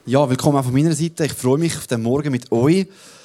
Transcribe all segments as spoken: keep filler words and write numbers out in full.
Ja, willkommen auch von meiner Seite. Ich freue mich auf den Morgen mit euch.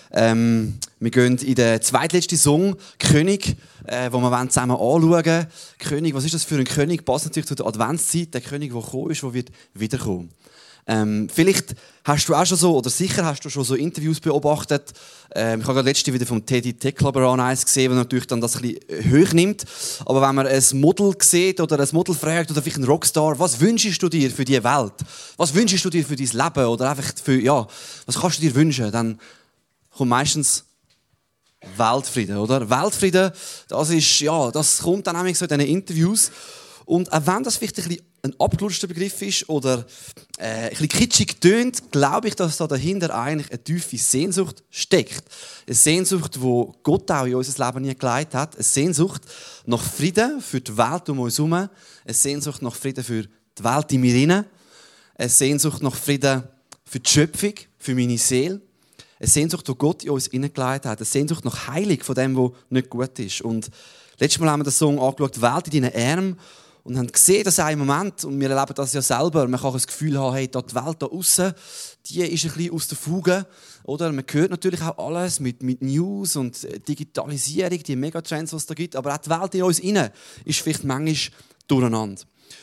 Ähm, wir gehen in den zweitletzten Song, König, äh, wo wir zusammen anschauen wollen. König, was ist das für ein König? Passt natürlich zu der Adventszeit. Der König, der gekommen ist, der wird wiederkommen. Ähm, vielleicht hast du auch schon so, oder sicher hast du schon so Interviews beobachtet. Ähm, ich habe gerade letzte wieder vom Teddy Teklaberan eins gesehen, der natürlich dann das ein bisschen hoch nimmt. Aber wenn man ein Model sieht oder ein Model fragt oder vielleicht einen Rockstar, was wünschst du dir für die Welt? Was wünschst du dir für dein Leben? Oder einfach für, ja, was kannst du dir wünschen? Dann kommt meistens Weltfrieden, oder? Weltfrieden, das ist, ja, das kommt dann nämlich so in diesen Interviews. Und auch wenn das vielleicht ein bisschen ein abgelutschter Begriff ist oder äh, ein bisschen kitschig tönt, glaube ich, dass da dahinter eigentlich eine tiefe Sehnsucht steckt. Eine Sehnsucht, die Gott auch in unser Leben nie geleitet hat. Eine Sehnsucht nach Frieden für die Welt um uns herum. Eine Sehnsucht nach Frieden für die Welt in mir hinein. Eine Sehnsucht nach Frieden für die Schöpfung, für meine Seele. Eine Sehnsucht, die Gott in uns hineingelegt hat. Eine Sehnsucht nach Heilung von dem, was nicht gut ist. Und letztes Mal haben wir den Song angeschaut, «Welt in deinen Armen». Und haben gesehen, dass im Moment, und wir erleben das ja selber, man kann das Gefühl haben, hey, da die Welt da aussen, die ist ein bisschen aus der Fuge. Oder? Man hört natürlich auch alles mit, mit News und Digitalisierung, die Megatrends, die es da gibt. Aber auch die Welt in uns innen ist vielleicht manchmal durcheinander.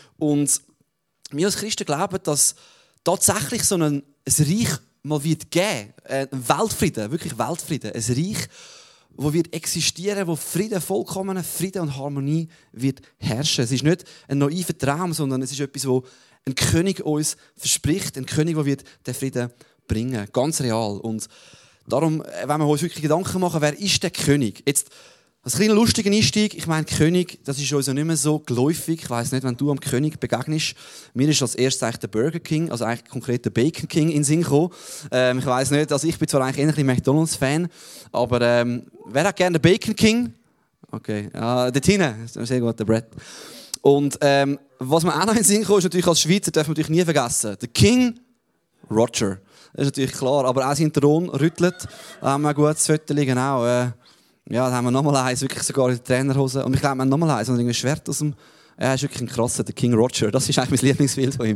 Und wir als Christen glauben, dass tatsächlich so ein, ein Reich mal wird geben, ein Weltfrieden, wirklich Weltfrieden, ein Reich, wo wird existieren, wo Frieden, vollkommener Frieden und Harmonie wird herrschen. Es ist nicht ein naiver Traum, sondern es ist etwas, wo ein König uns verspricht, ein König, der wird den Frieden bringen, ganz real. Und darum, wenn wir uns wirklich Gedanken machen, wer ist der König? Jetzt ein kleiner lustiger Einstieg. Ich meine, König, das ist uns ja nicht mehr so geläufig. Ich weiss nicht, wenn du am König begegnest. Mir ist als erstes eigentlich der Burger King, also eigentlich konkret der Bacon King in den Sinn gekommen. Ähm, ich weiss nicht, also ich bin zwar eigentlich eher ein bisschen McDonalds-Fan, aber ähm, wer hat gerne den Bacon King? Okay, ja, dort hinten, sehr gut, der Brett. Und ähm, was mir auch noch in den Sinn kommt, ist natürlich als Schweizer, darf man natürlich nie vergessen, der King Roger. Das ist natürlich klar, aber auch sein Thron rüttelt. Da haben wir ein gutes Foto, genau. Äh, Ja, da haben wir nochmal eins, wirklich sogar in der Trainerhose. Und ich glaube, wir haben nochmal eins, und ein Schwert aus dem... Er ist wirklich ein krasser, der King Roger. Das ist eigentlich mein Lieblingsbild von ihm.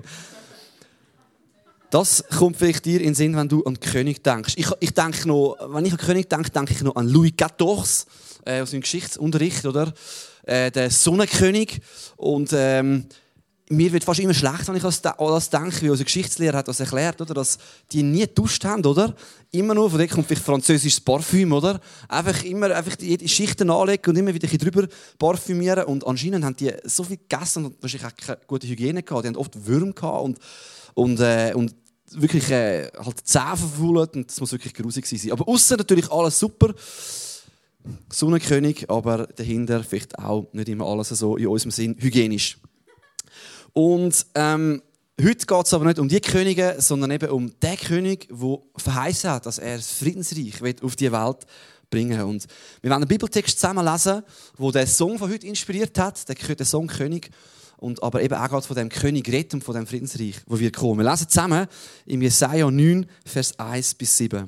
Das kommt vielleicht dir in den Sinn, wenn du an den König denkst. Ich, ich denke noch, wenn ich an den König denke, denke ich noch an Louis vierzehn. Äh, aus dem Geschichtsunterricht, oder? Äh, der Sonnenkönig. Und ähm, mir wird fast immer schlecht, wenn ich an das denke, wie unser Geschichtslehrer hat das erklärt, oder? Dass die nie geduscht haben, oder? Immer nur, von dort kommt vielleicht französisches Parfüm, oder? Einfach immer einfach die Schichten anlegen und immer wieder ein bisschen drüber parfümieren. Und anscheinend haben die so viel gegessen und wahrscheinlich auch keine gute Hygiene gehabt. Die haben oft Würmer gehabt und, und, äh, und wirklich äh, halt Zähne verfault. Und das muss wirklich grusig sein. Aber aussen natürlich alles super. Sonnenkönig, aber dahinter vielleicht auch nicht immer alles so in unserem Sinn hygienisch. Und ähm, heute geht es aber nicht um die Könige, sondern eben um den König, der verheißen hat, dass er das Friedensreich auf die Welt bringen will. Und wir werden einen Bibeltext zusammen lesen, der den Song von heute inspiriert hat, der Song König, und aber eben auch gerade von dem König redet und von dem Friedensreich, wo wir kommen. Wir lesen zusammen im Jesaja neun, Vers eins bis sieben.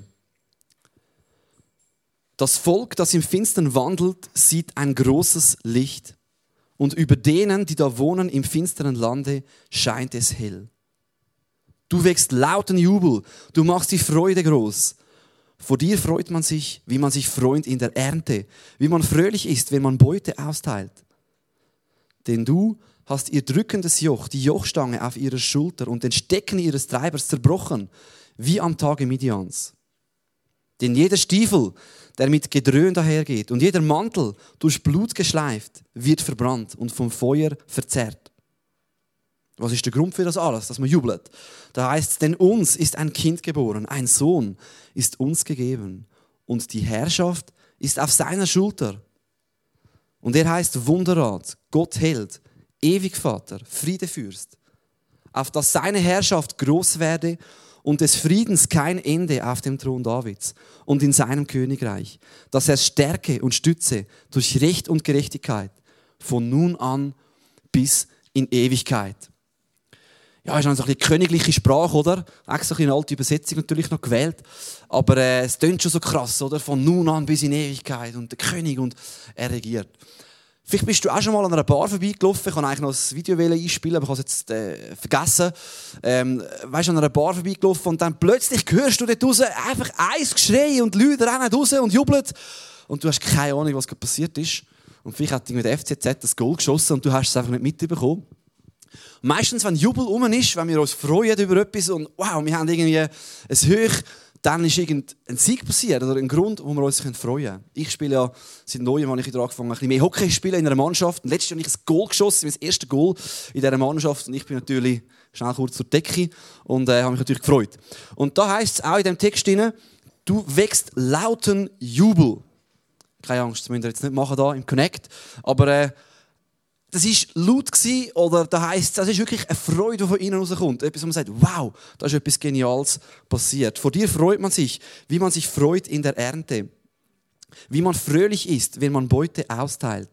Das Volk, das im Finstern wandelt, sieht ein großes Licht. Und über denen, die da wohnen im finsteren Lande, scheint es hell. Du wächst lauten Jubel, du machst die Freude groß. Vor dir freut man sich, wie man sich freut in der Ernte, wie man fröhlich ist, wenn man Beute austeilt. Denn du hast ihr drückendes Joch, die Jochstange auf ihrer Schulter und den Stecken ihres Treibers zerbrochen, wie am Tage Midians. Denn jeder Stiefel, der mit Gedröhn dahergeht, und jeder Mantel, durch Blut geschleift, wird verbrannt und vom Feuer verzerrt. Was ist der Grund für das alles, dass man jubelt? Da heißt es, denn uns ist ein Kind geboren, ein Sohn ist uns gegeben, und die Herrschaft ist auf seiner Schulter. Und er heißt Wunderrat, Gott Held, Ewigvater, Friedefürst, auf dass seine Herrschaft groß werde und des Friedens kein Ende auf dem Thron Davids und in seinem Königreich, dass er stärke und stütze durch Recht und Gerechtigkeit von nun an bis in Ewigkeit. Ja, ist noch so eine königliche Sprache, oder? Extra eine alte Übersetzung natürlich noch gewählt. Aber äh, es klingt schon so krass, oder? Von nun an bis in Ewigkeit und der König und er regiert. Vielleicht bist du auch schon mal an einer Bar vorbeigelaufen. Ich wollte eigentlich noch ein Video einspielen, aber ich habe es jetzt äh, vergessen. Ähm, weißt du, an einer Bar vorbeigelaufen und dann plötzlich hörst du dort raus einfach ein Geschrei und Leute rennen raus und jubeln. Und du hast keine Ahnung, was gerade passiert ist. Und vielleicht hat der F C Z das Goal geschossen und du hast es einfach nicht mitbekommen. Meistens, wenn Jubel rum ist, wenn wir uns freuen über etwas und wow, wir haben irgendwie ein Hoch, dann ist irgendein Sieg passiert oder ein Grund, wo wir uns freuen können. Ich spiele ja seit Neuem, habe ich wieder angefangen, ein bisschen mehr Hockey zu spielen in einer Mannschaft. Und letztes Jahr habe ich ein Goal geschossen, mein erstes Goal in dieser Mannschaft. Und ich bin natürlich schnell kurz zur Decke und äh, habe mich natürlich gefreut. Und da heisst es auch in diesem Text drin, du wächst lauten Jubel. Keine Angst, das müsst ihr jetzt nicht machen da im Connect. Aber äh, das war laut gewesen, oder da heisst, das ist wirklich eine Freude, die von innen rauskommt. Etwas, wo man sagt, wow, da ist etwas Geniales passiert. Vor dir freut man sich, wie man sich freut in der Ernte. Wie man fröhlich ist, wenn man Beute austeilt.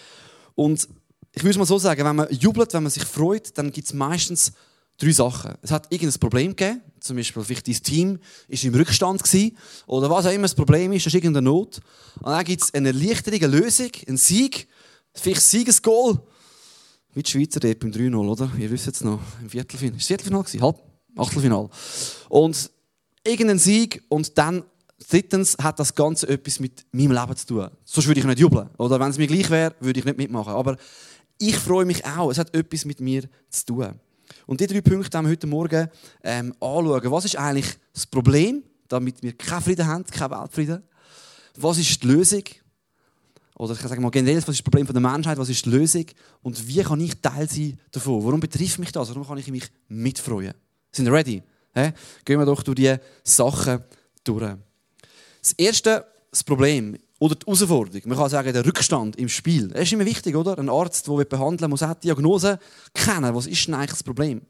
Und ich würde mal so sagen, wenn man jubelt, wenn man sich freut, dann gibt es meistens drei Sachen. Es hat irgendein Problem gegeben, zum Beispiel vielleicht dein Team war im Rückstand gewesen, oder was auch immer das Problem ist, das ist irgendeine Not. Und dann gibt es eine Erleichterung, eine Lösung, einen Sieg, vielleicht ein Siegesgoal. Wie die Schweizer dort beim drei null, oder? Ihr wisst es noch, im Viertelfinale. Ist es Viertelfinale gewesen? Halb? Achtelfinale. Und irgendein Sieg und dann drittens hat das Ganze etwas mit meinem Leben zu tun. Sonst würde ich nicht jubeln. Oder wenn es mir gleich wäre, würde ich nicht mitmachen. Aber ich freue mich auch. Es hat etwas mit mir zu tun. Und die drei Punkte haben wir heute Morgen ähm, anschauen. Was ist eigentlich das Problem, damit wir keinen Frieden haben, keinen Weltfrieden? Was ist die Lösung? Oder ich kann sagen mal generell, was ist das Problem der Menschheit, was ist die Lösung und wie kann ich Teil sein davon? Warum betrifft mich das? Warum kann ich mich mitfreuen? Sind wir ready? He? Gehen wir doch durch diese Sachen durch. Das erste, das Problem oder die Herausforderung, man kann sagen, der Rückstand im Spiel. Das ist immer wichtig, oder? Ein Arzt, der behandeln muss, auch die Diagnose kennen. Was ist denn eigentlich das Problem?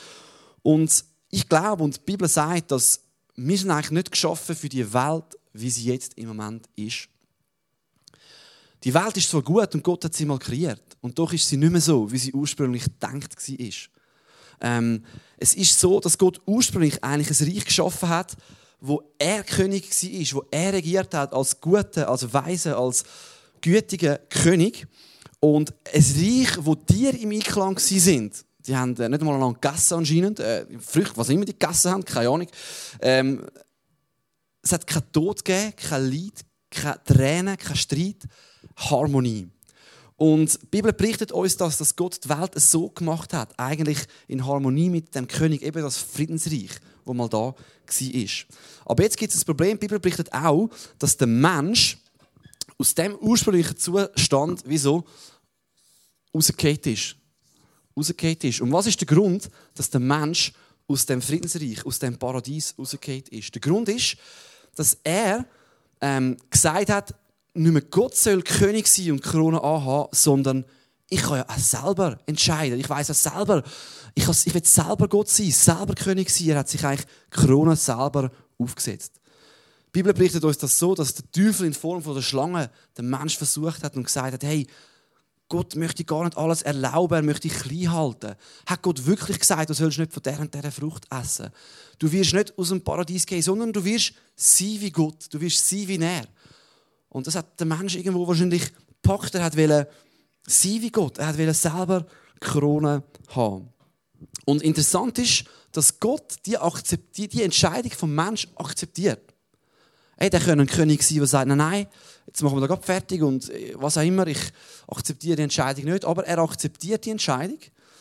Und ich glaube, und die Bibel sagt, dass wir sind eigentlich nicht geschaffen für die Welt, wie sie jetzt im Moment ist. Die Welt ist zwar gut und Gott hat sie mal kreiert. Und doch ist sie nicht mehr so, wie sie ursprünglich gedacht war. Ähm, es ist so, dass Gott ursprünglich eigentlich ein Reich geschaffen hat, wo er König war, wo er regiert hat als guter, als weiser, als gütiger König. Und ein Reich, wo Tiere im Einklang waren. Die haben nicht einmal lange gegessen anscheinend. Äh, Früchte, was immer die gegessen haben, keine Ahnung. Ähm, es hat keinen Tod gegeben, kein Leid, keine Tränen, kein Streit. Harmonie. Und die Bibel berichtet uns, dass, dass Gott die Welt so gemacht hat, eigentlich in Harmonie mit dem König, eben das Friedensreich, das mal da war. Aber jetzt gibt es ein Problem. Die Bibel berichtet auch, dass der Mensch aus dem ursprünglichen Zustand, wieso, rausgefallen ist. Rausgefallen ist. Und was ist der Grund, dass der Mensch aus dem Friedensreich, aus dem Paradies rausgefallen ist? Der Grund ist, dass er ähm, gesagt hat, nicht mehr Gott soll König sein und die Krone anhaben, sondern ich kann ja auch selber entscheiden. Ich weiss auch selber, ich, kann, ich will selber Gott sein, selber König sein. Er hat sich eigentlich die Krone selber aufgesetzt. Die Bibel berichtet uns das so, dass der Teufel in Form von der Schlange den Menschen versucht hat und gesagt hat, hey, Gott möchte gar nicht alles erlauben, er möchte dich klein halten. Hat Gott wirklich gesagt, du sollst nicht von dieser und dieser Frucht essen? Du wirst nicht aus dem Paradies gehen, sondern du wirst sein wie Gott, du wirst sein wie er. Und das hat der Mensch irgendwo wahrscheinlich gepackt. Er wollte sein wie Gott. Er wollte selber die Krone haben. Und interessant ist, dass Gott die, die, die Entscheidung vom Menschen akzeptiert. Hey, der könnte ein König sein, der sagt, nein, nein, jetzt machen wir da fertig und was auch immer, ich akzeptiere die Entscheidung nicht. Aber er akzeptiert die Entscheidung.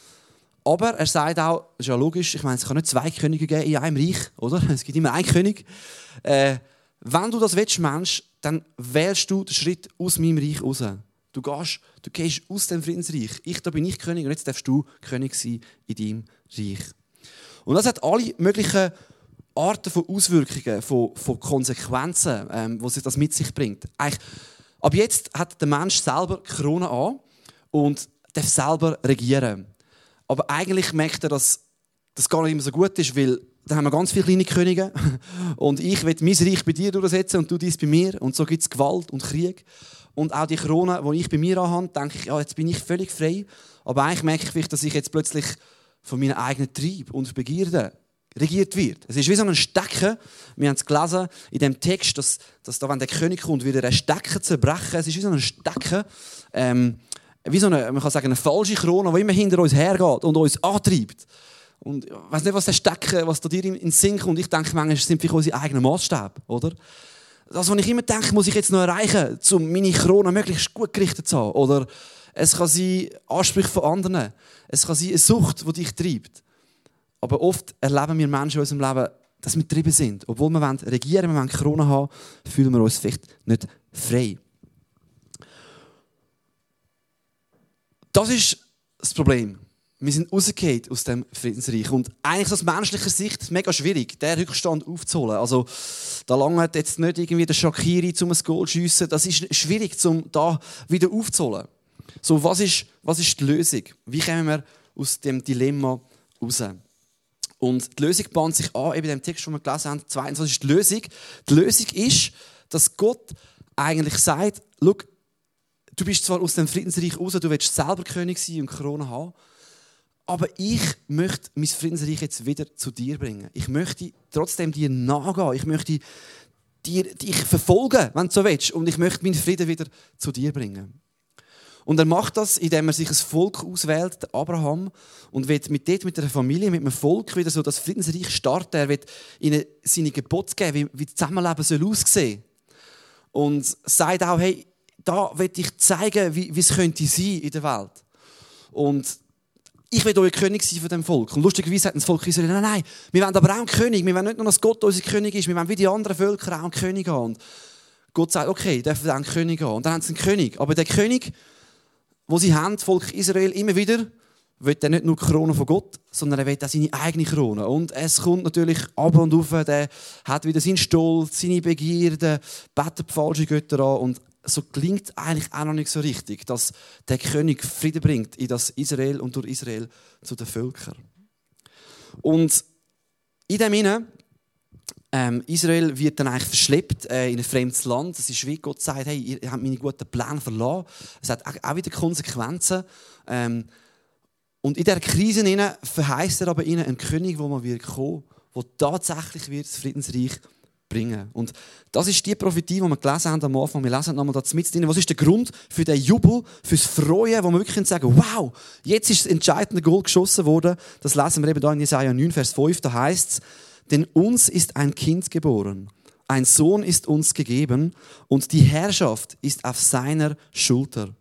Aber er sagt auch, das ist ja logisch, ich meine, es kann nicht zwei Könige geben in einem Reich, oder? Es gibt immer einen König. Äh, wenn du das willst, Mensch, dann wählst du den Schritt aus meinem Reich raus. Du gehst, du gehst aus dem Friedensreich. Ich, da bin ich König und jetzt darfst du König sein in deinem Reich. Und das hat alle möglichen Arten von Auswirkungen, von, von Konsequenzen, ähm, die sich das mit sich bringt. Eigentlich, ab jetzt hat der Mensch selber die Krone an und darf selber regieren. Aber eigentlich merkt er, dass das gar nicht immer so gut ist, weil da haben wir ganz viele kleine Könige und ich will mein Reich bei dir durchsetzen und du dies bei mir. Und so gibt es Gewalt und Krieg. Und auch die Krone, die ich bei mir anhabe, denke ich, ja, jetzt bin ich völlig frei. Aber eigentlich merke ich vielleicht, dass ich jetzt plötzlich von meinem eigenen Trieb und Begierden regiert wird. Es ist wie so ein Stecken. Wir haben es gelesen in dem Text, dass, dass da, wenn der König kommt, wieder ein Stecken zerbrechen. Es ist wie so ein Stecken, ähm, wie so eine, man kann sagen, eine falsche Krone, die immer hinter uns hergeht und uns antreibt. Und ich weiss nicht, was da stecken, was da dir in den Sinn kommt. Ich denke, manchmal sind vielleicht unsere eigenen Maßstäbe, oder? Das, was ich immer denke, muss ich jetzt noch erreichen, um meine Krone möglichst gut gerichtet zu haben. Oder es kann sein Ansprüche von anderen. Es kann sein eine Sucht, die dich treibt. Aber oft erleben wir Menschen in unserem Leben, dass wir getrieben sind. Obwohl wir regieren wollen, wir wollen Krone haben, fühlen wir uns vielleicht nicht frei. Das ist das Problem. Wir sind rausgefallen aus dem Friedensreich. Und eigentlich aus menschlicher Sicht mega schwierig, diesen Rückstand aufzuholen. Also, da langt jetzt nicht irgendwie der Shaqiri, um ein Goal zu schiessen. Das ist schwierig, um da wieder aufzuholen. So, was ist, was ist die Lösung? Wie kommen wir aus dem Dilemma raus? Und die Lösung bahnt sich an, eben in dem Text, den wir gelesen haben. Zweitens, was ist die Lösung? Die Lösung ist, dass Gott eigentlich sagt, schau, du bist zwar aus dem Friedensreich raus, du willst selber König sein und Krone haben, aber ich möchte mein Friedensreich jetzt wieder zu dir bringen. Ich möchte trotzdem dir nachgehen. Ich möchte dir, dich verfolgen, wenn du so willst. Und ich möchte meinen Frieden wieder zu dir bringen. Und er macht das, indem er sich ein Volk auswählt, der Abraham, und will mit dort, mit einer Familie, mit einem Volk wieder so das Friedensreich starten. Er will ihnen seine Gebote geben, wie, wie das Zusammenleben soll aussehen soll. Und sagt auch, hey, da will ich zeigen, wie, wie es könnte sein in der Welt. Und ich will euer König sein von diesem Volk. Und lustigerweise sagt das Volk Israel, nein, nein, wir wollen aber auch einen König. Wir wollen nicht nur, dass Gott unser König ist, wir wollen wie die anderen Völker auch einen König haben. Und Gott sagt, okay, dürfen wir auch einen König haben. Und dann haben sie einen König. Aber der König, den sie haben, das Volk Israel, immer wieder, will er nicht nur die Krone von Gott, sondern er will auch seine eigene Krone. Und es kommt natürlich ab und auf, der hat wieder seinen Stolz, seine Begierde, betet die falschen Götter an. Und so klingt eigentlich auch noch nicht so richtig, dass der König Frieden bringt in das Israel und durch Israel zu den Völkern. Und in dem Sinne, ähm, Israel wird dann eigentlich verschleppt äh, in ein fremdes Land. Es ist wie Gott sagt, hey, ihr habt meine guten Pläne verlassen. Es hat auch wieder Konsequenzen. Ähm, und in dieser Krise verheißt er aber ihnen einen König, der mal wird kommen, der tatsächlich wird das Friedensreich bringen. Und das ist die Prophetie, die wir gelesen haben am Anfang. Wir lesen nochmal da mit drin. Was ist der Grund für den Jubel, für das Freuen, wo wir wirklich sagen, wow, jetzt ist das entscheidende Goal geschossen worden. Das lesen wir eben da in Jesaja neun, Vers fünf. Da heißt es, denn uns ist ein Kind geboren, ein Sohn ist uns gegeben und die Herrschaft ist auf seiner Schulter.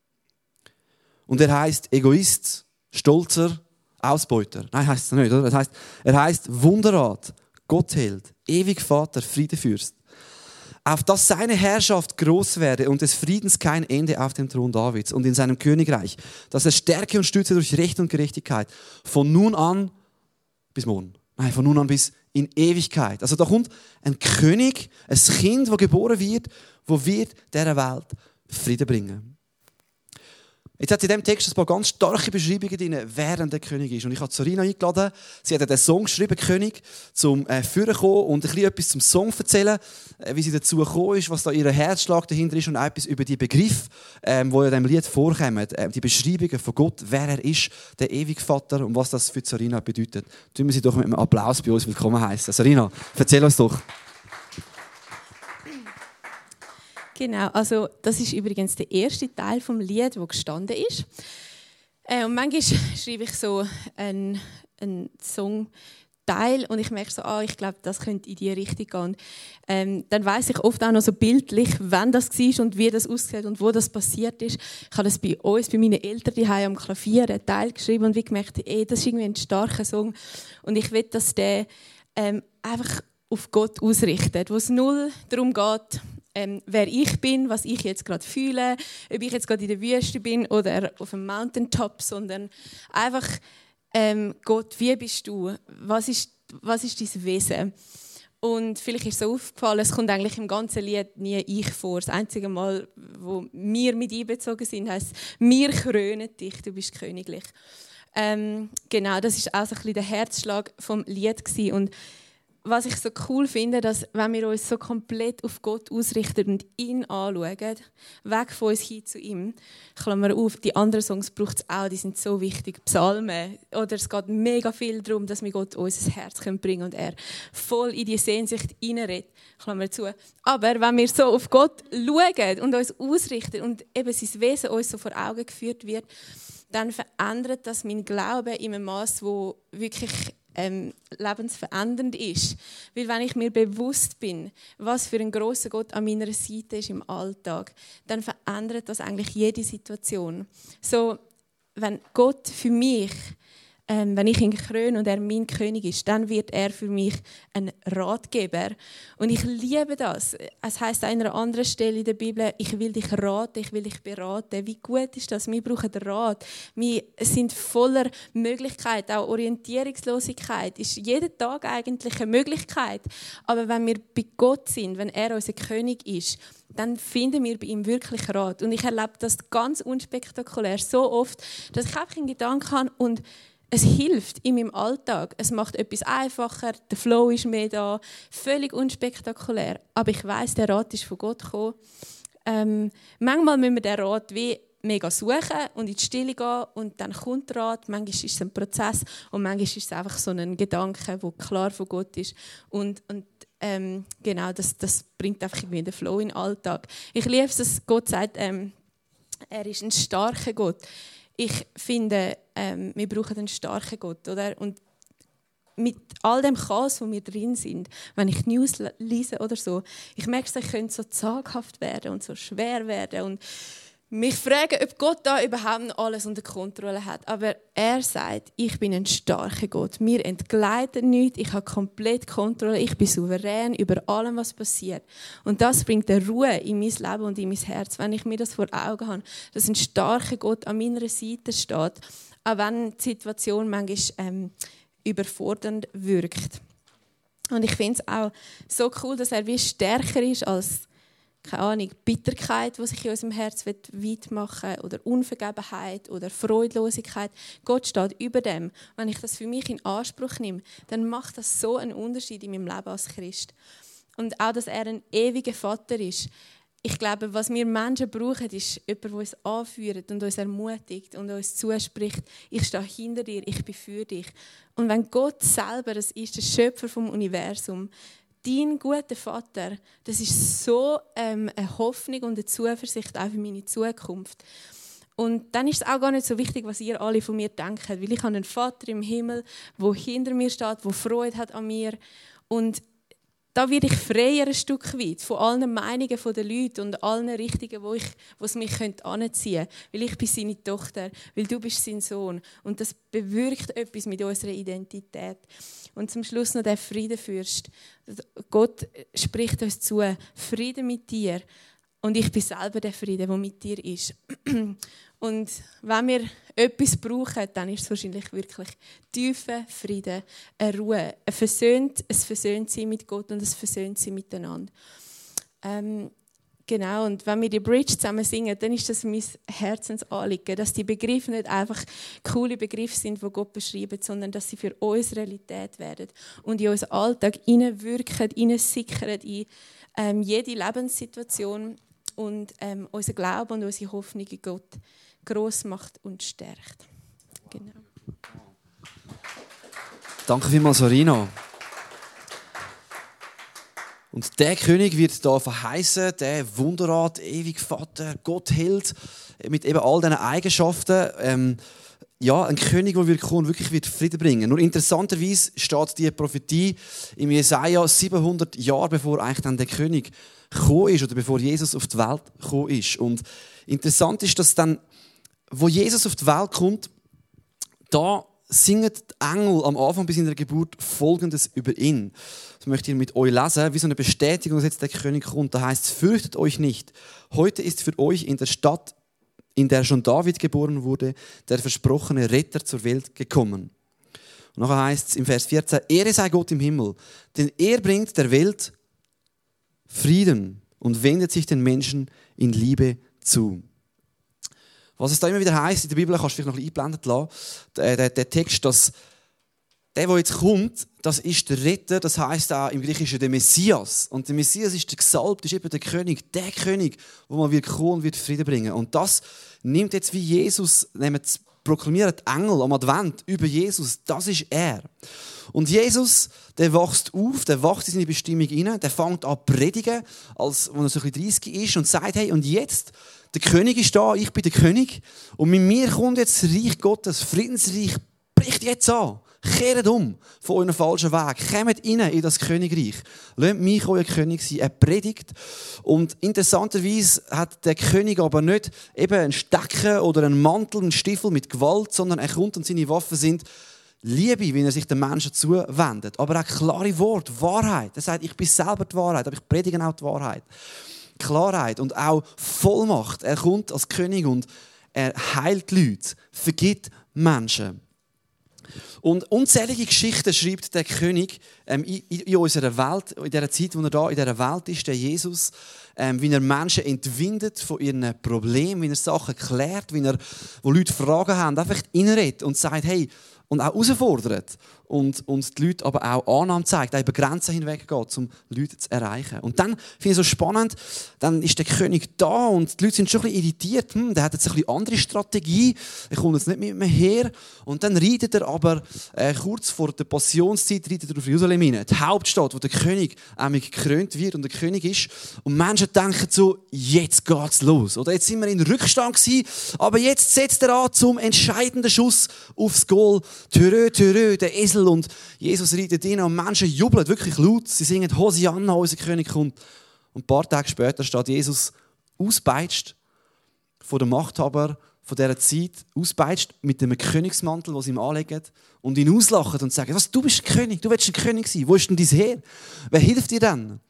Und er heißt Egoist, Stolzer, Ausbeuter. Nein, heißt es nicht, oder? Das heißt, er heißt Wunderrat, Gottheld, ewig Vater, Friedefürst. Auf dass seine Herrschaft groß werde und des Friedens kein Ende auf dem Thron Davids und in seinem Königreich, dass er stärke und stütze durch Recht und Gerechtigkeit von nun an bis morgen. Nein, von nun an bis in Ewigkeit. Also da kommt ein König, ein Kind, das geboren wird, das wird dieser Welt Frieden bringen. Jetzt hat in diesem Text ein paar ganz starke Beschreibungen drin, wer denn der König ist. Und ich habe Sorina eingeladen, sie hat den Song geschrieben, König, zum äh, Führen kommen und ein bisschen etwas zum Song erzählen, äh, wie sie dazu gekommen ist, was da ihr Herzschlag dahinter ist und auch etwas über die Begriffe, ähm, die in diesem Lied vorkommen, äh, die Beschreibungen von Gott, wer er ist, der ewige Vater und was das für Sorina bedeutet. Tun wir sie doch mit einem Applaus bei uns willkommen heißen. Sorina, erzähl uns doch. Genau, also das ist übrigens der erste Teil vom Lied, der gestanden ist. Äh, und manchmal schreibe ich so einen, einen Songteil und ich merke so, ah, ich glaube, das könnte in die Richtung gehen. Und, ähm, dann weiss ich oft auch noch so bildlich, wann das war und wie das aussieht und wo das passiert ist. Ich habe das bei uns, bei meinen Eltern die am Klavier einen Teil geschrieben und wie gemerkt, ey, das ist irgendwie ein starker Song und ich will, dass der ähm, einfach auf Gott ausrichtet, wo es null darum geht, Ähm, wer ich bin, was ich jetzt gerade fühle, ob ich jetzt gerade in der Wüste bin oder auf einem Mountaintop, sondern einfach, ähm, Gott, wie bist du? Was ist, was ist dein Wesen? Und vielleicht ist es so aufgefallen, es kommt eigentlich im ganzen Lied nie ich vor. Das einzige Mal, wo wir mit einbezogen sind, heisst, wir krönen dich, du bist königlich. Ähm, genau, das ist auch so ein bisschen der Herzschlag vom Lied gewesen. Und was ich so cool finde, dass wenn wir uns so komplett auf Gott ausrichten und ihn anschauen, weg von uns hin zu ihm, Klammer auf, die anderen Songs braucht es auch, die sind so wichtig, Psalmen, oder es geht mega viel darum, dass wir Gott unser Herz bringen können und er voll in die Sehnsucht hineinredet, Klammer zu. Aber wenn wir so auf Gott schauen und uns ausrichten und eben sein Wesen uns so vor Augen geführt wird, dann verändert das mein Glauben in einem Maß, wo wirklich ähm, lebensverändernd ist. Weil wenn ich mir bewusst bin, was für ein grosser Gott an meiner Seite ist im Alltag, dann verändert das eigentlich jede Situation. So, wenn Gott für mich, ähm, wenn ich ihn kröne und er mein König ist, dann wird er für mich ein Ratgeber. Und ich liebe das. Es heisst an einer anderen Stelle in der Bibel, ich will dich raten, ich will dich beraten. Wie gut ist das? Wir brauchen Rat. Wir sind voller Möglichkeiten, auch Orientierungslosigkeit ist jeden Tag eigentlich eine Möglichkeit. Aber wenn wir bei Gott sind, wenn er unser König ist, dann finden wir bei ihm wirklich Rat. Und ich erlebe das ganz unspektakulär so oft, dass ich einfach einen Gedanken habe und es hilft in meinem Alltag. Es macht etwas einfacher, der Flow ist mehr da, völlig unspektakulär. Aber ich weiss, der Rat ist von Gott gekommen. Ähm, manchmal müssen wir den Rat wie mega suchen und in die Stille gehen und dann kommt der Rat. Manchmal ist es ein Prozess und manchmal ist es einfach so ein Gedanke, der klar von Gott ist. Und, und ähm, genau, das, das bringt einfach irgendwie den Flow in den Alltag. Ich liebe es, dass Gott sagt, ähm, er ist ein starker Gott. Ich finde, ähm, wir brauchen einen starken Gott, oder? Und mit all dem Chaos, wo wir drin sind, wenn ich News lese oder so, ich merke, es könnte so zaghaft werden und so schwer werden und mich fragen, ob Gott da überhaupt noch alles unter Kontrolle hat. Aber er sagt, ich bin ein starker Gott. Mir entgleitet nichts, ich habe komplett Kontrolle, ich bin souverän über allem, was passiert. Und das bringt eine Ruhe in mein Leben und in mein Herz, wenn ich mir das vor Augen habe, dass ein starker Gott an meiner Seite steht, auch wenn die Situation manchmal ähm, überfordernd wirkt. Und ich finde es auch so cool, dass er wie stärker ist als keine Ahnung, Bitterkeit, die sich in unserem Herz weit machen will, oder Unvergebenheit oder Freudlosigkeit. Gott steht über dem. Wenn ich das für mich in Anspruch nehme, dann macht das so einen Unterschied in meinem Leben als Christ. Und auch, dass er ein ewiger Vater ist. Ich glaube, was wir Menschen brauchen, ist jemand, der uns anführt und uns ermutigt und uns zuspricht, ich stehe hinter dir, ich bin für dich. Und wenn Gott selber, das ist der Schöpfer vom Universum, dein guter Vater, das ist so ähm, eine Hoffnung und eine Zuversicht auch für meine Zukunft. Und dann ist es auch gar nicht so wichtig, was ihr alle von mir denkt, weil ich habe einen Vater im Himmel, der hinter mir steht, der Freude hat an mir. Und da werde ich freier ein Stück weit von allen Meinungen der Leute und allen Richtungen, wo, ich, wo es mich anziehen könnte. Weil ich bin seine Tochter, weil du bist sein Sohn. Und das bewirkt etwas mit unserer Identität. Und zum Schluss noch der Friedenfürst. Gott spricht uns zu, Frieden mit dir. Und ich bin selber der Friede, der mit dir ist. Und wenn wir etwas brauchen, dann ist es wahrscheinlich wirklich tiefer Frieden, eine Ruhe, ein versöhnt, ein Versöhntsein mit Gott und ein Versöhntsein miteinander. Ähm, genau, und wenn wir die Bridge zusammen singen, dann ist das mein Herzensanliegen, dass die Begriffe nicht einfach coole Begriffe sind, die Gott beschreibt, sondern dass sie für uns Realität werden und in unseren Alltag hineinwirken, hineinsickern in ähm, jede Lebenssituation und ähm, unser Glaube und unsere Hoffnung in Gott gross macht und stärkt. Genau. Danke vielmals, Sorino. Und der König wird da verheißen, der Wunderrat, ewig Vater, Gott Held, mit eben all diesen Eigenschaften. Ähm, ja, ein König, der wird kommen und wirklich wird Frieden bringen. Nur interessanterweise steht die Prophetie im Jesaja siebenhundert Jahre bevor eigentlich dann der König gekommen ist oder bevor Jesus auf die Welt gekommen ist. Und interessant ist, dass dann, wo Jesus auf die Welt kommt, da singen die Engel am Anfang bis in der Geburt Folgendes über ihn. Das möchte ich mit euch lesen, wie so eine Bestätigung, dass jetzt der König kommt. Da heißt es, fürchtet euch nicht. Heute ist für euch in der Stadt, in der schon David geboren wurde, der versprochene Retter zur Welt gekommen. Und nachher heißt es im Vers vierzehn, Ehre sei Gott im Himmel, denn er bringt der Welt Frieden und wendet sich den Menschen in Liebe zu. Was es da immer wieder heisst, in der Bibel kannst du vielleicht noch ein bisschen eingeblendet lassen, der, der, der Text, dass der, der jetzt kommt, das ist der Retter, das heisst auch im Griechischen der Messias. Und der Messias ist der Gesalbte, ist eben der König, der König, wo man wird kommen und wird Frieden bringen. Und das nimmt jetzt wie Jesus, nämlich proklamiert Engel am Advent über Jesus, das ist er. Und Jesus, der wächst auf, der wächst in seine Bestimmung hinein, der fängt an zu predigen, als wenn er so ein bisschen dreißig ist und sagt, hey, und jetzt, der König ist da, ich bin der König und mit mir kommt jetzt das Reich Gottes, das Friedensreich bricht jetzt an. Kehrt um von eurem falschen Weg. Kommt rein in das Königreich. Lasst mich euer König sein. Er predigt. Und interessanterweise hat der König aber nicht eben einen Stecken oder einen Mantel, einen Stiefel mit Gewalt, sondern er kommt und seine Waffen sind Liebe, wie er sich den Menschen zuwendet. Aber auch klare Worte, Wahrheit. Er sagt, ich bin selber die Wahrheit, aber ich predige auch die Wahrheit. Klarheit und auch Vollmacht. Er kommt als König und er heilt Leute, vergibt Menschen. Und unzählige Geschichten schreibt der König ähm, in, in unserer Welt, in dieser Zeit, wo er da in dieser Welt ist, der Jesus, ähm, wie er Menschen entwindet von ihren Problemen, wie er Sachen klärt, wie er, wo Leute Fragen haben, einfach reinredet und sagt, hey, und auch herausfordert und, und die Leute aber auch Annahme zeigt, auch über Grenzen hinweg geht, um Leute zu erreichen. Und dann finde ich es so spannend, dann ist der König da und die Leute sind schon ein bisschen irritiert, hm, der hat jetzt eine bisschen andere Strategie, er kommt jetzt nicht mit mir her und dann reitet er aber äh, kurz vor der Passionszeit reitet er auf Jerusalem hinein, die Hauptstadt, wo der König einmal gekrönt wird und der König ist und Menschen denken so, jetzt geht's los, oder jetzt sind wir in Rückstand gewesen, aber jetzt setzt er an zum entscheidenden Schuss aufs Goal. Törö, törö, der Esel und Jesus reitet rein und Menschen jubeln wirklich laut. Sie singen Hosianna, unser König kommt. Und ein paar Tage später steht Jesus auspeitscht von dem Machthaber von dieser Zeit, auspeitscht mit dem Königsmantel, den sie ihm anlegen und ihn auslachen und sagen, was, du bist ein König, du willst ein König sein, wo ist denn dein Heer? Wer hilft dir denn?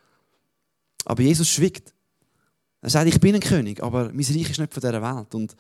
Aber Jesus schwiegt. Er sagt, ich bin ein König, aber mein Reich ist nicht von dieser Welt. Und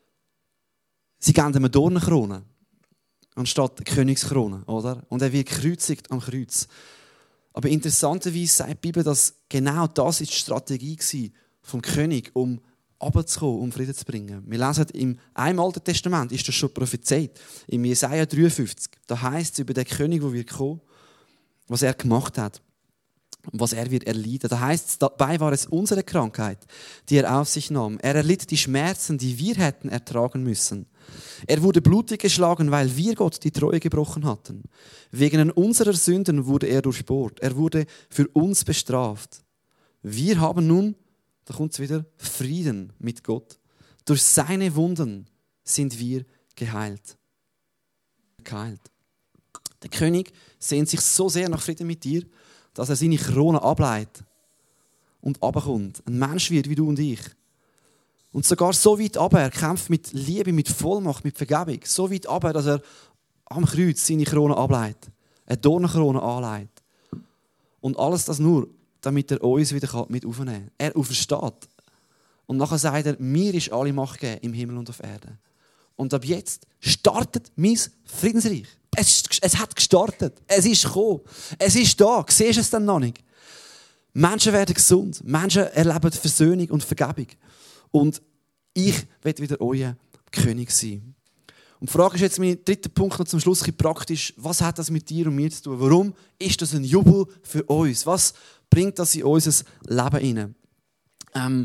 sie geben ihm eine Dornenkrone anstatt Königskrone, oder? Und er wird gekreuzigt am Kreuz. Aber interessanterweise sagt die Bibel, dass genau das ist die Strategie war vom König, um runterzukommen, um Frieden zu bringen. Wir lesen im einem Alten Testament, ist das schon prophezeit, im Jesaja dreiundfünfzig. Da heisst es über den König, der wird kommen, was er gemacht hat. Was er wird erleiden. Da heißt es, dabei war es unsere Krankheit, die er auf sich nahm. Er erlitt die Schmerzen, die wir hätten ertragen müssen. Er wurde blutig geschlagen, weil wir Gott die Treue gebrochen hatten. Wegen unserer Sünden wurde er durchbohrt. Er wurde für uns bestraft. Wir haben nun, da kommt es wieder, Frieden mit Gott. Durch seine Wunden sind wir geheilt. Geheilt. Der König sehnt sich so sehr nach Frieden mit dir, dass er seine Krone ableitet und runterkommt. Ein Mensch wird wie du und ich. Und sogar so weit runter, er kämpft mit Liebe, mit Vollmacht, mit Vergebung. So weit runter, dass er am Kreuz seine Krone ableitet. Eine Dornenkrone anlegt. Und alles das nur, damit er uns wieder mit aufnehmen kann. Er aufersteht. Und nachher sagt er, mir ist alle Macht gegeben im Himmel und auf Erden. Und ab jetzt startet mein Friedensreich. Es, es hat gestartet. Es ist gekommen. Es ist da. Siehst du es dann noch nicht? Menschen werden gesund. Menschen erleben Versöhnung und Vergebung. Und ich werde wieder euer König sein. Und die Frage ist jetzt mein dritter Punkt noch zum Schluss praktisch. Was hat das mit dir und mir zu tun? Warum ist das ein Jubel für uns? Was bringt das in unser Leben hinein? Ähm,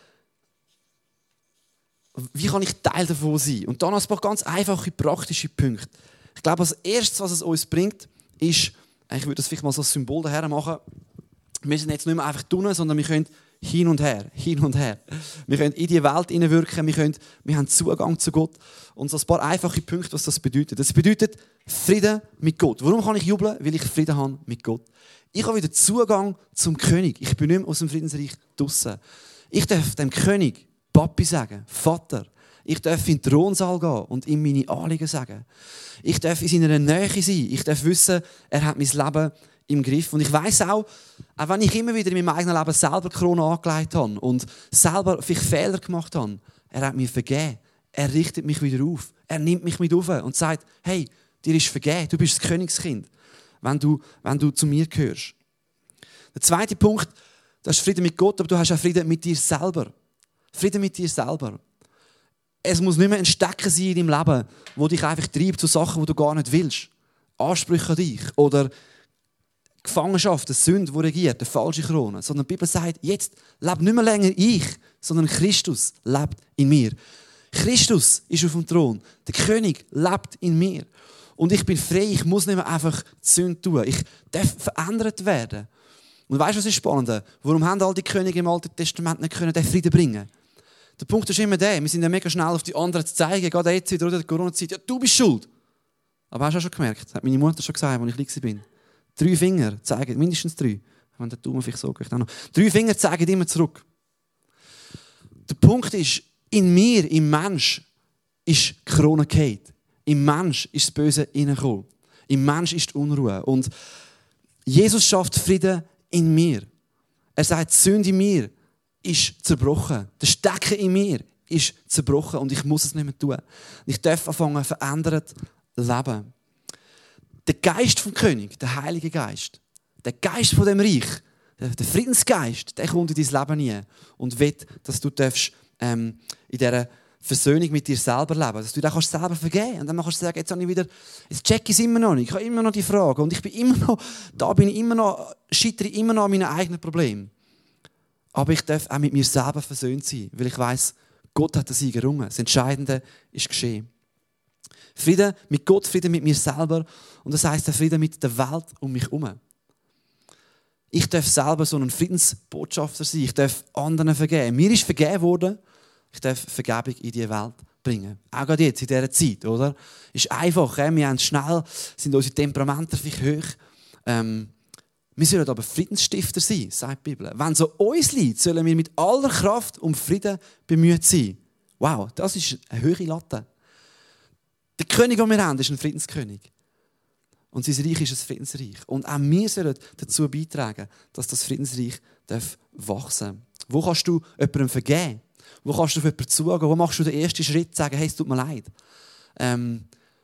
wie kann ich Teil davon sein? Und dann noch ein paar ganz einfache, praktische Punkte. Ich glaube, als erstes, was es uns bringt, ist, ich würde das vielleicht mal so ein Symbol daher machen, wir sind jetzt nicht mehr einfach tun, sondern wir können hin und her, hin und her. Wir können in die Welt hineinwirken, wir, können, wir haben Zugang zu Gott. Und so ein paar einfache Punkte, was das bedeutet. Das bedeutet Frieden mit Gott. Warum kann ich jubeln? Weil ich Frieden habe mit Gott. Ich habe wieder Zugang zum König. Ich bin nicht mehr aus dem Friedensreich draussen. Ich darf dem König Papi sagen, Vater. Ich darf in den Thronsaal gehen und ihm meine Anliegen sagen. Ich darf in seiner Nähe sein. Ich darf wissen, er hat mein Leben im Griff. Und ich weiss auch, auch wenn ich immer wieder in meinem eigenen Leben selber die Krone angelegt habe und selber vielleicht Fehler gemacht habe, er hat mir vergeben. Er richtet mich wieder auf. Er nimmt mich mit auf und sagt, hey, dir ist vergeben. Du bist das Königskind, wenn du, wenn du zu mir gehörst. Der zweite Punkt, du hast Frieden mit Gott, aber du hast auch Frieden mit dir selber. Frieden mit dir selber. Es muss nicht mehr ein Stecken sein in deinem Leben, wo dich einfach treibt zu Sachen, die du gar nicht willst. Ansprüche an dich oder Gefangenschaft, eine Sünde, die regiert, eine falsche Krone. Sondern die Bibel sagt, jetzt lebt nicht mehr länger ich, sondern Christus lebt in mir. Christus ist auf dem Thron. Der König lebt in mir. Und ich bin frei, ich muss nicht mehr einfach die Sünde tun. Ich darf verändert werden. Und weißt du, was ist spannend? Warum haben all die Könige im Alten Testament nicht können den Frieden bringen? Der Punkt ist immer der, wir sind ja mega schnell auf die anderen zu zeigen, gerade jetzt wieder in der Corona-Zeit, ja, du bist schuld. Aber hast du auch schon gemerkt, das hat meine Mutter schon gesagt, als ich klein war. Drei Finger zeigen, mindestens drei, wenn der Daumen vielleicht so geht. Drei Finger zeigen immer zurück. Der Punkt ist, in mir, im Mensch, ist die Krone gefallen. Im Mensch ist das Böse hineingekommen. Im Mensch ist die Unruhe. Und Jesus schafft Frieden in mir. Er sagt, die Sünde in mir ist zerbrochen. Der Stecken in mir ist zerbrochen und ich muss es nicht mehr tun. Ich darf anfangen, verändert leben. Der Geist vom König, der Heilige Geist, der Geist von dem Reich, der Friedensgeist, der kommt in dein Leben hinein und will, dass du darfst, ähm, in dieser Versöhnung mit dir selber leben, dass du dir kannst selber vergeben und dann kannst du sagen, jetzt habe ich wieder, jetzt check ich es immer noch nicht, ich habe immer noch die Frage und ich bin immer noch, da bin ich immer noch, scheitere immer noch an meinen eigenen Problemen. Aber ich darf auch mit mir selber versöhnt sein, weil ich weiss, Gott hat den Sieg errungen. Das Entscheidende ist geschehen. Frieden mit Gott, Frieden mit mir selber und das heisst der Frieden mit der Welt um mich herum. Ich darf selber so ein Friedensbotschafter sein, ich darf anderen vergeben. Mir ist vergeben worden, ich darf Vergebung in diese Welt bringen. Auch gerade jetzt, in dieser Zeit, oder? Ist einfach, äh? wir haben schnell, sind unsere Temperamente vielleicht hoch. Ähm, wir sollen aber Friedensstifter sein, sagt die Bibel. Wenn es an uns liegt, sollen wir mit aller Kraft um Frieden bemüht sein. Wow, das ist eine hohe Latte. Der König, den wir haben, ist ein Friedenskönig. Und sein Reich ist ein Friedensreich. Und auch wir sollen dazu beitragen, dass das Friedensreich wachsen darf. Wo kannst du jemandem vergeben? Wo kannst du auf jemanden zugehen? Wo machst du den ersten Schritt, sagen, hey, es tut mir leid? Ähm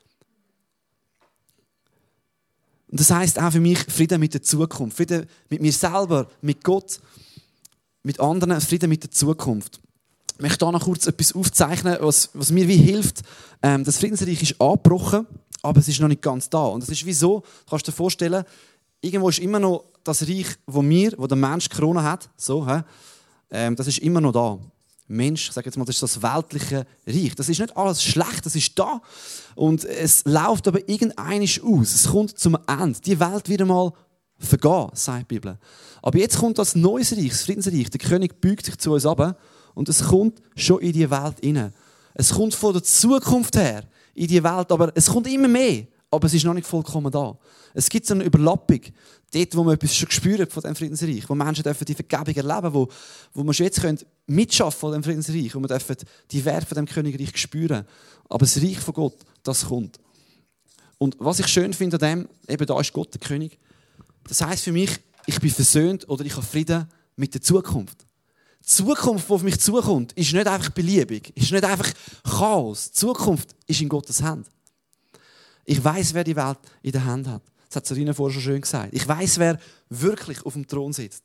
und das heisst auch für mich Frieden mit der Zukunft. Frieden mit mir selber, mit Gott, mit anderen, Frieden mit der Zukunft. Ich möchte hier noch kurz etwas aufzeichnen, was, was mir wie hilft. Ähm, das Friedensreich ist angebrochen, aber es ist noch nicht ganz da. Und das ist wieso, du kannst dir vorstellen, irgendwo ist immer noch das Reich, wo wir, wo der Mensch die Krone hat, so, hä? Ähm, das ist immer noch da. Mensch, ich sage jetzt mal, das ist das weltliche Reich. Das ist nicht alles schlecht, das ist da. Und es läuft aber irgendeinisch aus. Es kommt zum Ende. Die Welt wird einmal vergehen, sagt die Bibel. Aber jetzt kommt das neues Reich, das Friedensreich. Der König beugt sich zu uns runter und es kommt schon in die Welt hinein. Es kommt von der Zukunft her in die Welt, aber es kommt immer mehr. Aber es ist noch nicht vollkommen da. Es gibt so eine Überlappung, dort, wo man etwas schon spürt von diesem Friedensreich, wo Menschen dürfen die Vergebung erleben, wo, wo man schon jetzt mitschaffen von diesem Friedensreich, wo man dürfen die Werte von dem Königreich spüren. Aber das Reich von Gott, das kommt. Und was ich schön finde an dem, eben da ist Gott der König. Das heisst für mich, ich bin versöhnt oder ich habe Frieden mit der Zukunft. Die Zukunft, die auf mich zukommt, ist nicht einfach beliebig, ist nicht einfach Chaos. Die Zukunft ist in Gottes Hand. Ich weiss, wer die Welt in der Hand hat. Das hat Sarina vorher schon schön gesagt. Ich weiss, wer wirklich auf dem Thron sitzt.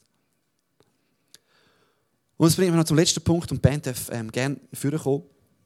Und das bringt mich noch zum letzten Punkt und die Band darf ähm, gerne vorkommen.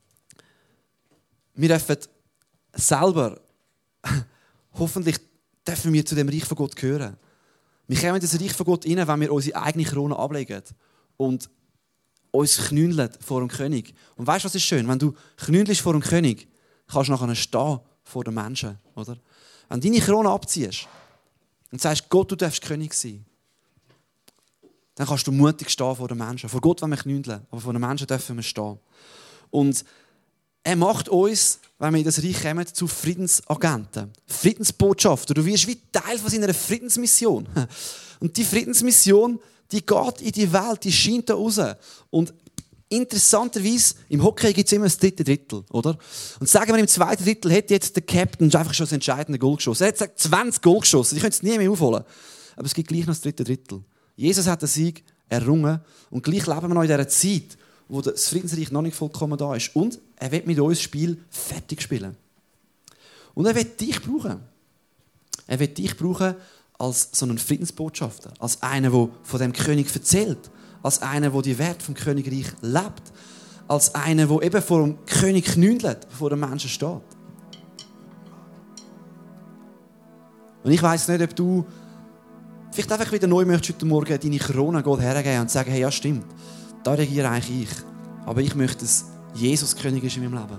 Wir dürfen selber, hoffentlich dürfen wir zu dem Reich von Gott gehören. Wir kommen in das Reich von Gott rein, wenn wir unsere eigene Krone ablegen und uns knündeln vor dem König. Und weißt du, was ist schön? Wenn du knündelst vor dem König, kannst du nachher stehen vor den Menschen, oder? Wenn du deine Krone abziehst und sagst, Gott, du darfst König sein, dann kannst du mutig stehen vor den Menschen. Vor Gott wollen wir knündeln, aber vor den Menschen dürfen wir stehen. Und er macht uns, wenn wir in das Reich kommen, zu Friedensagenten, Friedensbotschafter. Du wirst wie Teil von seiner Friedensmission. Und die Friedensmission, die geht in die Welt, die scheint da raus. Und interessanterweise, im Hockey gibt es immer das dritte Drittel, oder? Und sagen wir, im zweiten Drittel hätte jetzt der Captain einfach schon das entscheidende Goal geschossen. Er hat zwanzig Goal geschossen, ich könnte es nie mehr aufholen. Aber es gibt gleich noch das dritte Drittel. Jesus hat den Sieg errungen und gleich leben wir noch in dieser Zeit, wo das Friedensreich noch nicht vollkommen da ist. Und er will mit uns das Spiel fertig spielen. Und er will dich brauchen. Er will dich brauchen als so einen Friedensbotschafter, als einer, der von dem König erzählt, als einer, der die Werte vom Königreich lebt, als einer, der eben vor dem König knündelt, bevor der Menschen steht. Und ich weiss nicht, ob du vielleicht einfach wieder neu möchtest heute Morgen deine Krone Gott hergeben und sagen, hey, ja stimmt, da regiere eigentlich ich. Aber ich möchte, dass Jesus König ist in meinem Leben.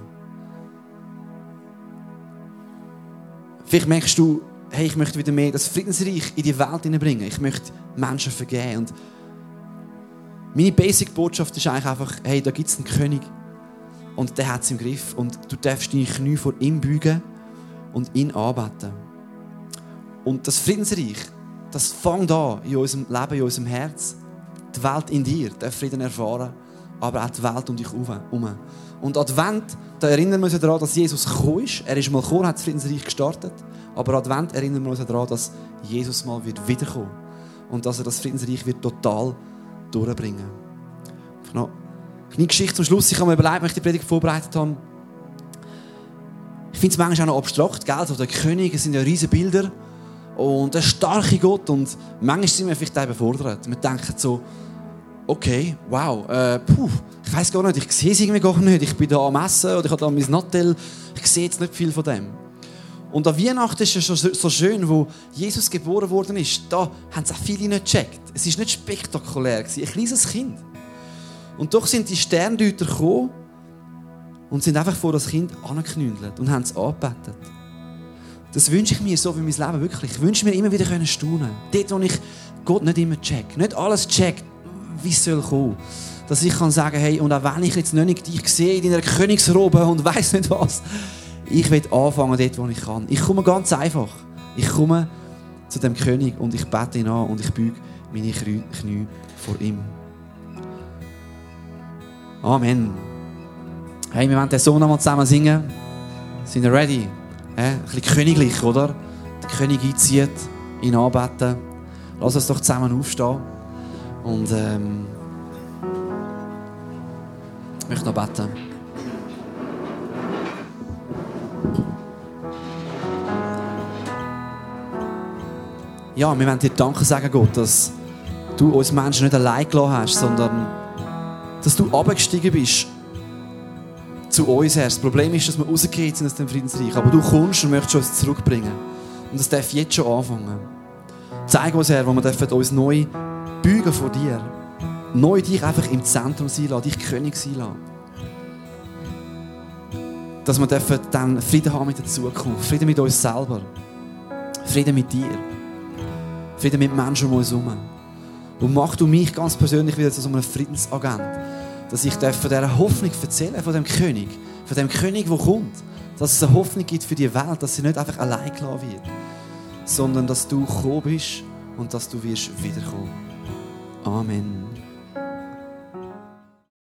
Vielleicht merkst du, hey, ich möchte wieder mehr das Friedensreich in die Welt hineinbringen. Ich möchte Menschen vergeben. Und meine Basic-Botschaft ist eigentlich einfach, hey, da gibt es einen König und der hat es im Griff. Und du darfst deine Knie vor ihm beugen und ihn anbeten. Und das Friedensreich, das fängt an in unserem Leben, in unserem Herz. Die Welt in dir darf Frieden erfahren, aber auch die Welt um dich herum. Und Advent, da erinnern wir uns daran, dass Jesus gekommen ist. Er ist mal gekommen, hat das Friedensreich gestartet. Aber Advent erinnern wir uns daran, dass Jesus mal wird wiederkommen und dass er das Friedensreich wird total durchbringen. Noch eine Geschichte zum Schluss. Ich habe mir überlegt, als ich die Predigt vorbereitet habe. Ich finde es manchmal auch noch abstrakt, gell? So der König, es sind ja riesige Bilder und der starke Gott. Und manchmal sind wir vielleicht auch überfordert. Wir denken so, okay, wow, äh, puh, ich weiss gar nicht, ich sehe es irgendwie gar nicht. Ich bin da am Essen oder ich habe da mein Nattel. Ich sehe jetzt nicht viel von dem. Und an Weihnachten ist es schon so schön, wo Jesus geboren worden ist. Da haben es auch viele nicht gecheckt. Es war nicht spektakulär. Ein kleines Kind. Und doch sind die Sterndeuter gekommen und sind einfach vor das Kind angeknündelt und haben es angebetet. Das wünsche ich mir so für mein Leben wirklich. Ich wünsche mir immer wieder staunen können. Dort, wo ich Gott nicht immer check. Nicht alles checkt, wie es soll kommen. Dass ich kann sagen, hey, und auch wenn ich jetzt nicht dich sehe in deiner Königsrobe und weiss nicht was, ich will anfangen dort, wo ich kann. Ich komme ganz einfach. Ich komme zu dem König und ich bete ihn an und ich beuge meine Knie vor ihm. Amen. Hey, wir wollen den Song nochmal zusammen singen. Sind wir ready? Ein bisschen königlich, oder? Der König einzieht, ihn anbeten. Lass uns doch zusammen aufstehen. Und ähm, ich möchte noch beten. Ja, wir wollen dir Danke sagen, Gott, dass du uns Menschen nicht allein gelassen hast, sondern dass du runtergestiegen bist zu uns, Herr. Das Problem ist, dass wir rausgehen sind aus dem Friedensreich. Aber du kommst und möchtest uns zurückbringen. Und das darf jetzt schon anfangen. Zeig uns, Herr, wo wir uns neu beugen vor dir. Neu dich einfach im Zentrum sein lassen, dich König sein lassen. Dass wir dann Frieden haben mit der Zukunft, Frieden mit uns selber, Frieden mit dir, Frieden mit Menschen um uns herum. Und mach du mich ganz persönlich wieder zu so einem Friedensagent, dass ich von dieser Hoffnung erzählen, von dem König, von dem König, der kommt, dass es eine Hoffnung gibt für die Welt, dass sie nicht einfach allein gelassen wird, sondern dass du gekommen bist und dass du wirst wiederkommen. Amen.